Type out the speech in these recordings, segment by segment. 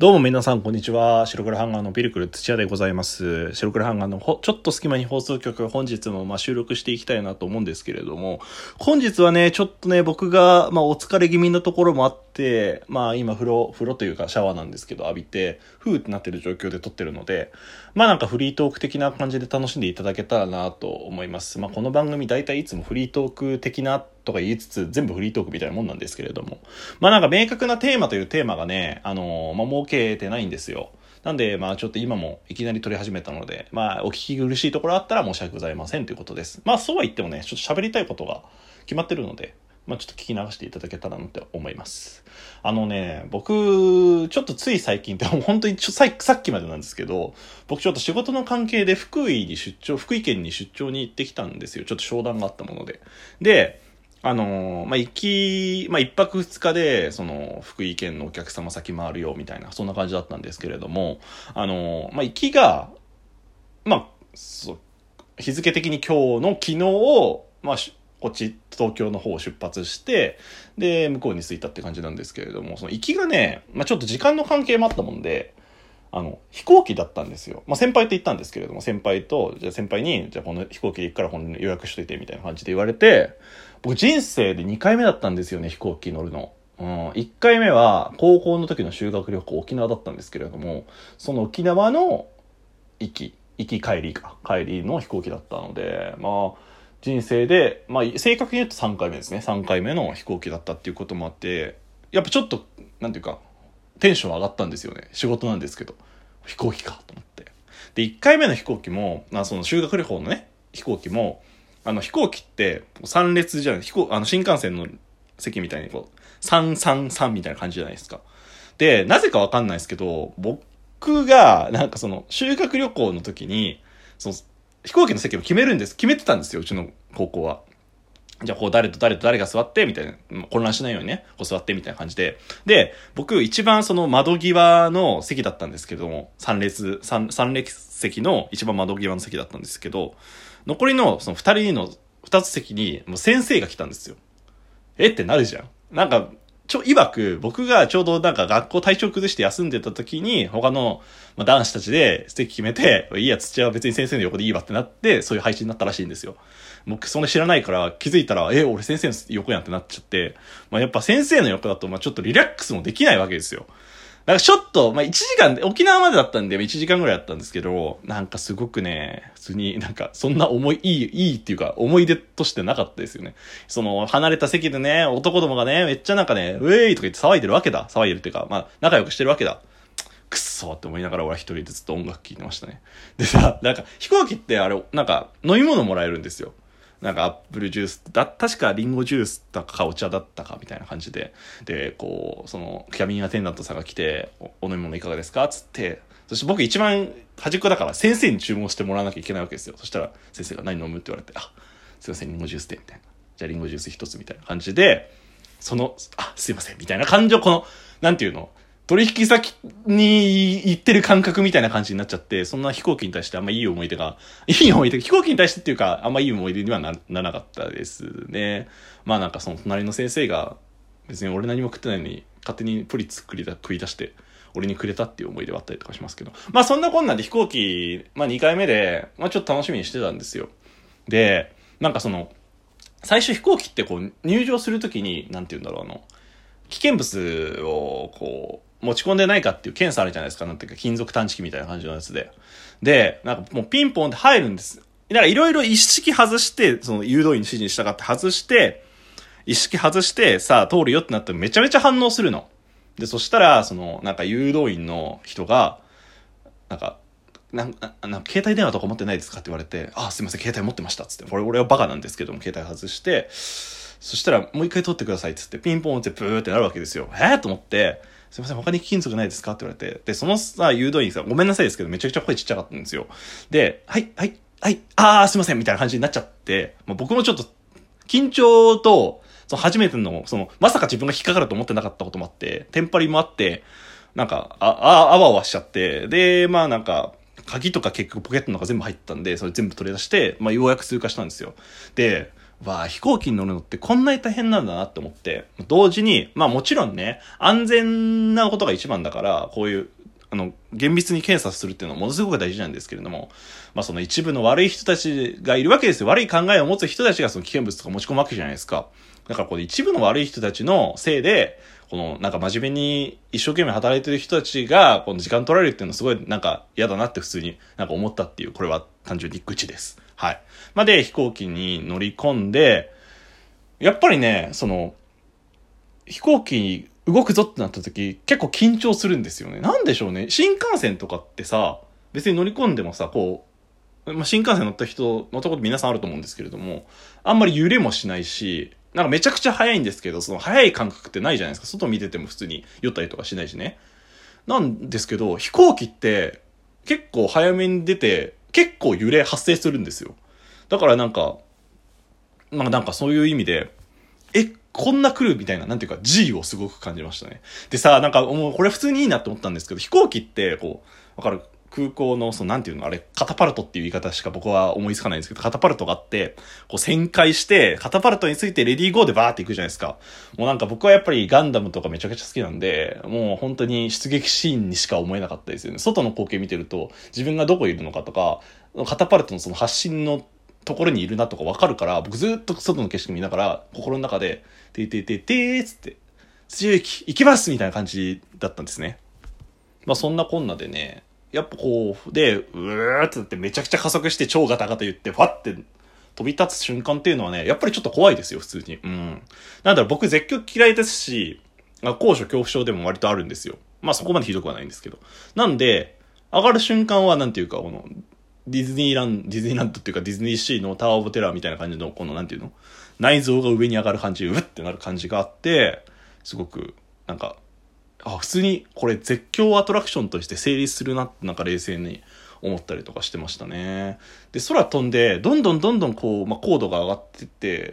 どうも皆さんこんにちは。白黒ハンガーのピルクル土屋でございます。白黒ハンガーのちょっと隙間に放送局、本日も収録していきたいなと思うんですけれども、本日はねちょっとね僕がお疲れ気味なところもあって、今風呂というかシャワーなんですけど浴びてふーってなってる状況で撮ってるので、なんかフリートーク的な感じで楽しんでいただけたらなと思います。この番組大体いつもフリートーク的なとか言いつつ全部フリートークみたいなもんなんですけれども、なんか明確なテーマというテーマがね設けてないんですよ。なんでちょっと今もいきなり撮り始めたのでお聞き苦しいところあったら申し訳ございませんということです。そうは言ってもねちょっと喋りたいことが決まってるのでちょっと聞き流していただけたらなって思います。僕ちょっとつい最近って本当にさっきまでなんですけど、僕ちょっと仕事の関係で福井県に出張に行ってきたんですよ。ちょっと商談があったもので一泊二日で福井県のお客様先回るよみたいなそんな感じだったんですけれども、行きが日付的に今日の昨日をこっち東京の方を出発してで向こうに着いたって感じなんですけれども、その行きがねちょっと時間の関係もあったもんで飛行機だったんですよ。先輩と行ったんですけれども、先輩にこの飛行機で行くから予約しといてみたいな感じで言われて、僕人生で2回目だったんですよね、飛行機乗るの。1回目は高校の時の修学旅行沖縄だったんですけれども、その沖縄の帰りの飛行機だったので、人生で正確に言うと3回目ですね。3回目の飛行機だったっていうこともあって、やっぱちょっとなんていうかテンション上がったんですよね。仕事なんですけど飛行機かと思って。で1回目の飛行機もその修学旅行のね飛行機も飛行機って3列じゃない新幹線の席みたいに333みたいな感じじゃないですか。でなぜかわかんないですけど、僕が修学旅行の時に飛行機の席を決めてたんですよ、うちの高校は。じゃあ誰と誰が座ってみたいな、混乱しないようにね座ってみたいな感じで、僕一番窓際の席だったんですけども、3列席の一番窓際の席だったんですけど、残りの2人の2つ席にもう先生が来たんですよ。ってなるじゃん。曰く僕がちょうど学校体調崩して休んでた時に他の男子たちで席決めて、いいや土屋は別に先生の横でいいわってなって、そういう配置になったらしいんですよ。僕それ知らないから気づいたら俺先生の横やんってなっちゃって、やっぱ先生の横だとちょっとリラックスもできないわけですよ。ちょっと1時間で沖縄までだったんで1時間ぐらいだったんですけど、すごくね普通にそんないいっていうか思い出としてなかったですよね。離れた席でね男どもがねめっちゃウェーイとか言って騒いでるわけだ。騒いでるっていうか仲良くしてるわけだ。くっそーって思いながら俺は一人でずっと音楽聴いてましたね。でさ飛行機ってあれ飲み物もらえるんですよ。アップルジュース確かリンゴジュースだかお茶だったかみたいな感じで、キャビンアテンダントさんが来てお飲み物いかがですかっつって、そして僕一番端っこだから先生に注文してもらわなきゃいけないわけですよ。そしたら先生が何飲むって言われて、すいませんリンゴジュースでみたいな、じゃあリンゴジュース一つみたいな感じで、すいませんみたいな感情、なんていうの、取引先に行ってる感覚みたいな感じになっちゃって、そんな飛行機に対してあんまいい思い出、飛行機に対してっていうかあんまいい思い出にはならなかったですね。隣の先生が別に俺何も食ってないのに勝手にプリッツ食い出して俺にくれたっていう思い出はあったりとかしますけど、そんなこんなんで飛行機2回目でちょっと楽しみにしてたんですよ。で最初飛行機って入場するときになんていうんだろう、危険物を持ち込んでないかっていう検査あるじゃないですか。なんていうか金属探知機みたいな感じのやつでもうピンポンで入るんです。いろいろ一式外して、誘導員の指示に従って外して一式外してさあ通るよってなってめちゃめちゃ反応するので、そしたら誘導員の人が携帯電話とか持ってないですかって言われて、すいません携帯持ってましたっつって、俺はバカなんですけども携帯外して、そしたらもう一回取ってくださいっつってピンポンってブーってなるわけですよ。と思って、すいません他に貴金属ないですかって言われて、でその誘導員さんごめんなさいですけどめちゃくちゃ声ちっちゃかったんですよ。ではいすいませんみたいな感じになっちゃって、僕もちょっと緊張と初めてのまさか自分が引っかかると思ってなかったこともあって、テンパりもあってあわあわしちゃって、で鍵とか結局ポケットの中全部入ってたんでそれ全部取り出してようやく通過したんですよ。で飛行機に乗るのってこんなに大変なんだなって思って、同時に、まあもちろんね、安全なことが一番だから、こういう、厳密に検査するっていうのはものすごく大事なんですけれども、まあその一部の悪い人たちがいるわけですよ。悪い考えを持つ人たちがその危険物とか持ち込むわけじゃないですか。だからこの一部の悪い人たちのせいで、このなんか真面目に一生懸命働いてる人たちがこの時間取られるっていうのはすごいなんか嫌だなって普通になんか思ったっていう、これは単純に愚痴です。はい。まあで、飛行機に乗り込んで、やっぱりね、飛行機動くぞってなった時、結構緊張するんですよね。なんでしょうね。新幹線とかってさ、別に乗り込んでもさ、新幹線乗った人、乗ったこと皆さんあると思うんですけれども、あんまり揺れもしないし、なんかめちゃくちゃ速いんですけど、その速い感覚ってないじゃないですか。外見てても普通に酔ったりとかしないしね。なんですけど、飛行機って結構早めに出て、結構揺れ発生するんですよ。だからなんかそういう意味で、こんな来るみたいな、なんていうか G をすごく感じましたね。でさ、なんかもうこれ普通にいいなって思ったんですけど、飛行機ってわかる空港の、なんていうのあれ、カタパルトっていう言い方しか僕は思いつかないんですけど、カタパルトがあって、旋回して、カタパルトについてレディーゴーでバーって行くじゃないですか。もうなんか僕はやっぱりガンダムとかめちゃくちゃ好きなんで、もう本当に出撃シーンにしか思えなかったですよね。外の光景見てると、自分がどこいるのかとか、カタパルトのその発信のところにいるなとかわかるから、僕ずっと外の景色見ながら、心の中で、てーつって、強い行きますみたいな感じだったんですね。まあそんなこんなでね、やっぱうーってなってめちゃくちゃ加速して超ガタガタ言って、ファって飛び立つ瞬間っていうのはね、やっぱりちょっと怖いですよ、普通に。うん。なんだろう、僕絶叫嫌いですし、高所恐怖症でも割とあるんですよ。まあそこまでひどくはないんですけど。なんで、上がる瞬間はなんていうか、ディズニーランドっていうかディズニーシーのタワーオブテラーみたいな感じの、なんていうの内臓が上に上がる感じ、うってなる感じがあって、すごく、なんか、普通にこれ絶叫アトラクションとして成立するなってなんか冷静に思ったりとかしてましたね。で、空飛んで、どんどん高度が上がってって、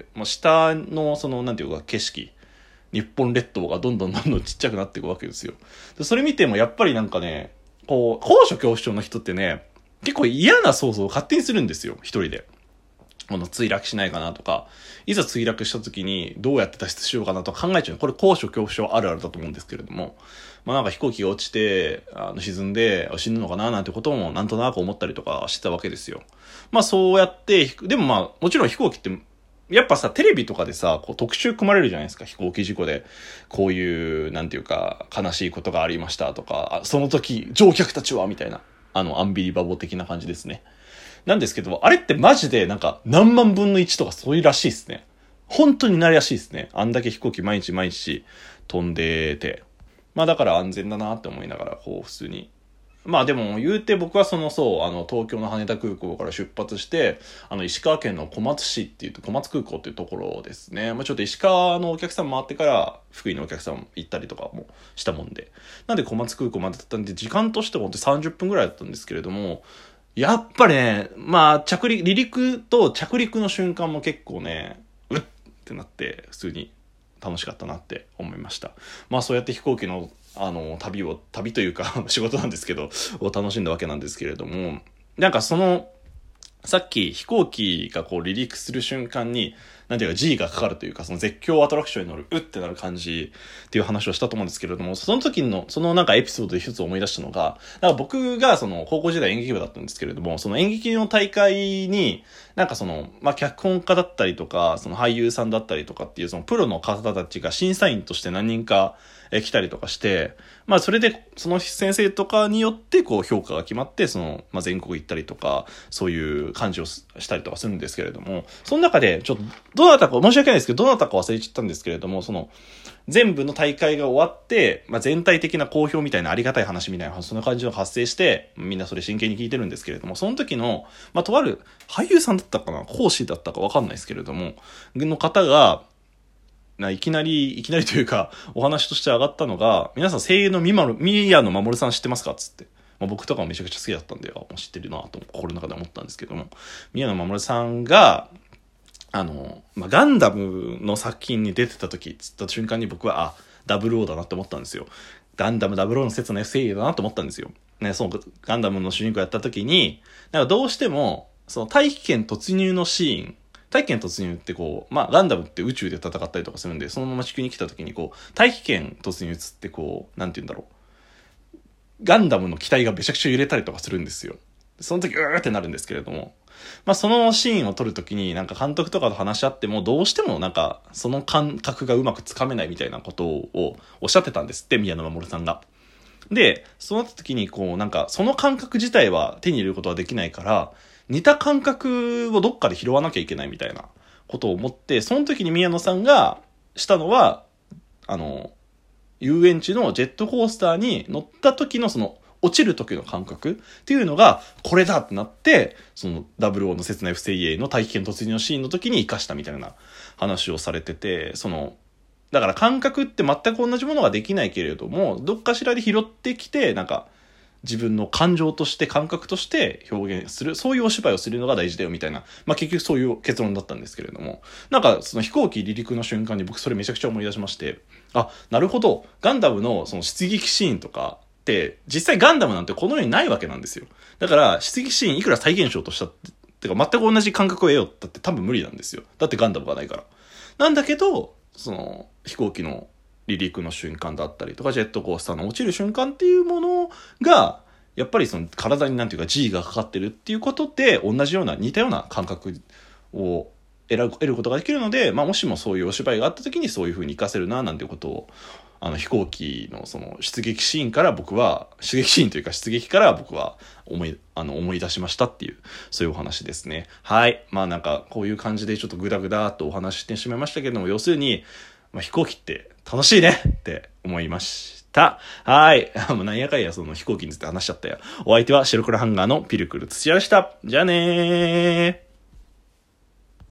下のなんていうか景色、日本列島がどんどんちっちゃくなっていくわけですよ。で、それ見てもやっぱりなんかね、高所恐怖症の人ってね、結構嫌な想像を勝手にするんですよ、一人で。墜落しないかなとか、いざ墜落した時にどうやって脱出しようかなとか考えちゃう。これ高所恐怖症あるあるだと思うんですけれども、なんか飛行機が落ちて、沈んで死ぬのかななんてこともなんとなく思ったりとかしてたわけですよ。そうやって、でももちろん飛行機って、やっぱさ、テレビとかでさ、特集組まれるじゃないですか、飛行機事故で。こういう、なんていうか、悲しいことがありましたとか、その時、乗客たちは、みたいな。アンビリバボー的な感じですね。なんですけど、あれってマジでなんか何万分の1とかそういうらしいですね。本当になりらしいですね。あんだけ飛行機毎日飛んでて。だから安全だなって思いながら、普通に。でも言うて僕は東京の羽田空港から出発して、石川県の小松市っていうと、小松空港っていうところですね。ちょっと石川のお客さん回ってから、福井のお客さん行ったりとかもしたもんで。なんで小松空港までだったんで、時間としても30分ぐらいだったんですけれども、やっぱりね、離陸と着陸の瞬間も結構ね、うっってなって、普通に楽しかったなって思いました。そうやって飛行機の、旅というか仕事なんですけど、を楽しんだわけなんですけれども、なんかさっき飛行機が離陸する瞬間に、なんていうか G がかかるというか、その絶叫アトラクションに乗る、うってなる感じっていう話をしたと思うんですけれども、その時の、なんかエピソードで一つ思い出したのが、なんか僕が高校時代演劇部だったんですけれども、その演劇の大会に、なんか脚本家だったりとか、俳優さんだったりとかっていうプロの方たちが審査員として何人か来たりとかして、それで、その先生とかによって評価が決まって、全国行ったりとか、そういう感じをしたりとかするんですけれども、その中で、ちょっと、どなたか、申し訳ないですけど、どなたか忘れちゃったんですけれども、全部の大会が終わって、全体的な好評みたいなありがたい話みたいな、そんな感じの発生して、みんなそれ真剣に聞いてるんですけれども、その時の、とある俳優さんだったかな、講師だったかわかんないですけれども、の方が、いきなりというか、お話として上がったのが、皆さん声優の宮野真守さん知ってますかつって。僕とかもめちゃくちゃ好きだったんで、知ってるなと心の中で思ったんですけども、宮野真守さんが、ガンダムの作品に出てた時、つった瞬間に僕は、00だなって思ったんですよ。ガンダム00の説の声優だなと思ったんですよ。ね、ガンダムの主人公やった時に、なんかどうしても、大気圏突入のシーン大気圏突入ってこう、まあガンダムって宇宙で戦ったりとかするんで、そのまま地球に来た時にこう、大気圏突入ってこう、なんて言うんだろう。ガンダムの機体がめちゃくちゃ揺れたりとかするんですよ。その時、うーってなるんですけれども。まあそのシーンを撮るときになんか監督とかと話し合ってもどうしてもなんかその感覚がうまくつかめないみたいなことをおっしゃってたんですって、宮野真守さんが。で、そうなった時にこうなんかその感覚自体は手に入れることはできないから、似た感覚をどっかで拾わなきゃいけないみたいなことを思って、その時に宮野さんがしたのは、遊園地のジェットコースターに乗った時のその落ちる時の感覚っていうのがこれだってなって、その00の切ない不正義の大気圏突入のシーンの時に活かしたみたいな話をされてて、だから感覚って全く同じものができないけれども、どっかしらで拾ってきて、なんか自分の感情として感覚として表現する、そういうお芝居をするのが大事だよみたいな、まあ結局そういう結論だったんですけれども、なんかその飛行機離陸の瞬間に僕それめちゃくちゃ思い出しまして、あ、なるほど、ガンダムのその出撃シーンとかって実際ガンダムなんてこの世にないわけなんですよ。だから出撃シーンいくら再現しようとしたってか全く同じ感覚を得ようったって多分無理なんですよ。だってガンダムがないから。なんだけど、その飛行機の離陸の瞬間だったりとかジェットコースターの落ちる瞬間っていうものがやっぱりその体になんていうか G がかかってるっていうことで同じような似たような感覚を得ることができるので、まあ、もしもそういうお芝居があった時にそういう風に活かせるななんていうことを飛行機のその出撃シーンから僕は出撃シーンというか出撃から僕は思い出しましたっていうそういうお話ですね。はい。まあなんかこういう感じでちょっとグダグダとお話ししてしまいましたけども、要するに、まあ、飛行機って楽しいねって思いました。はい。もうなんやかんやその飛行機について話しちゃったよ。お相手は白黒ハンガーのピルクル土屋でした。じゃあねー。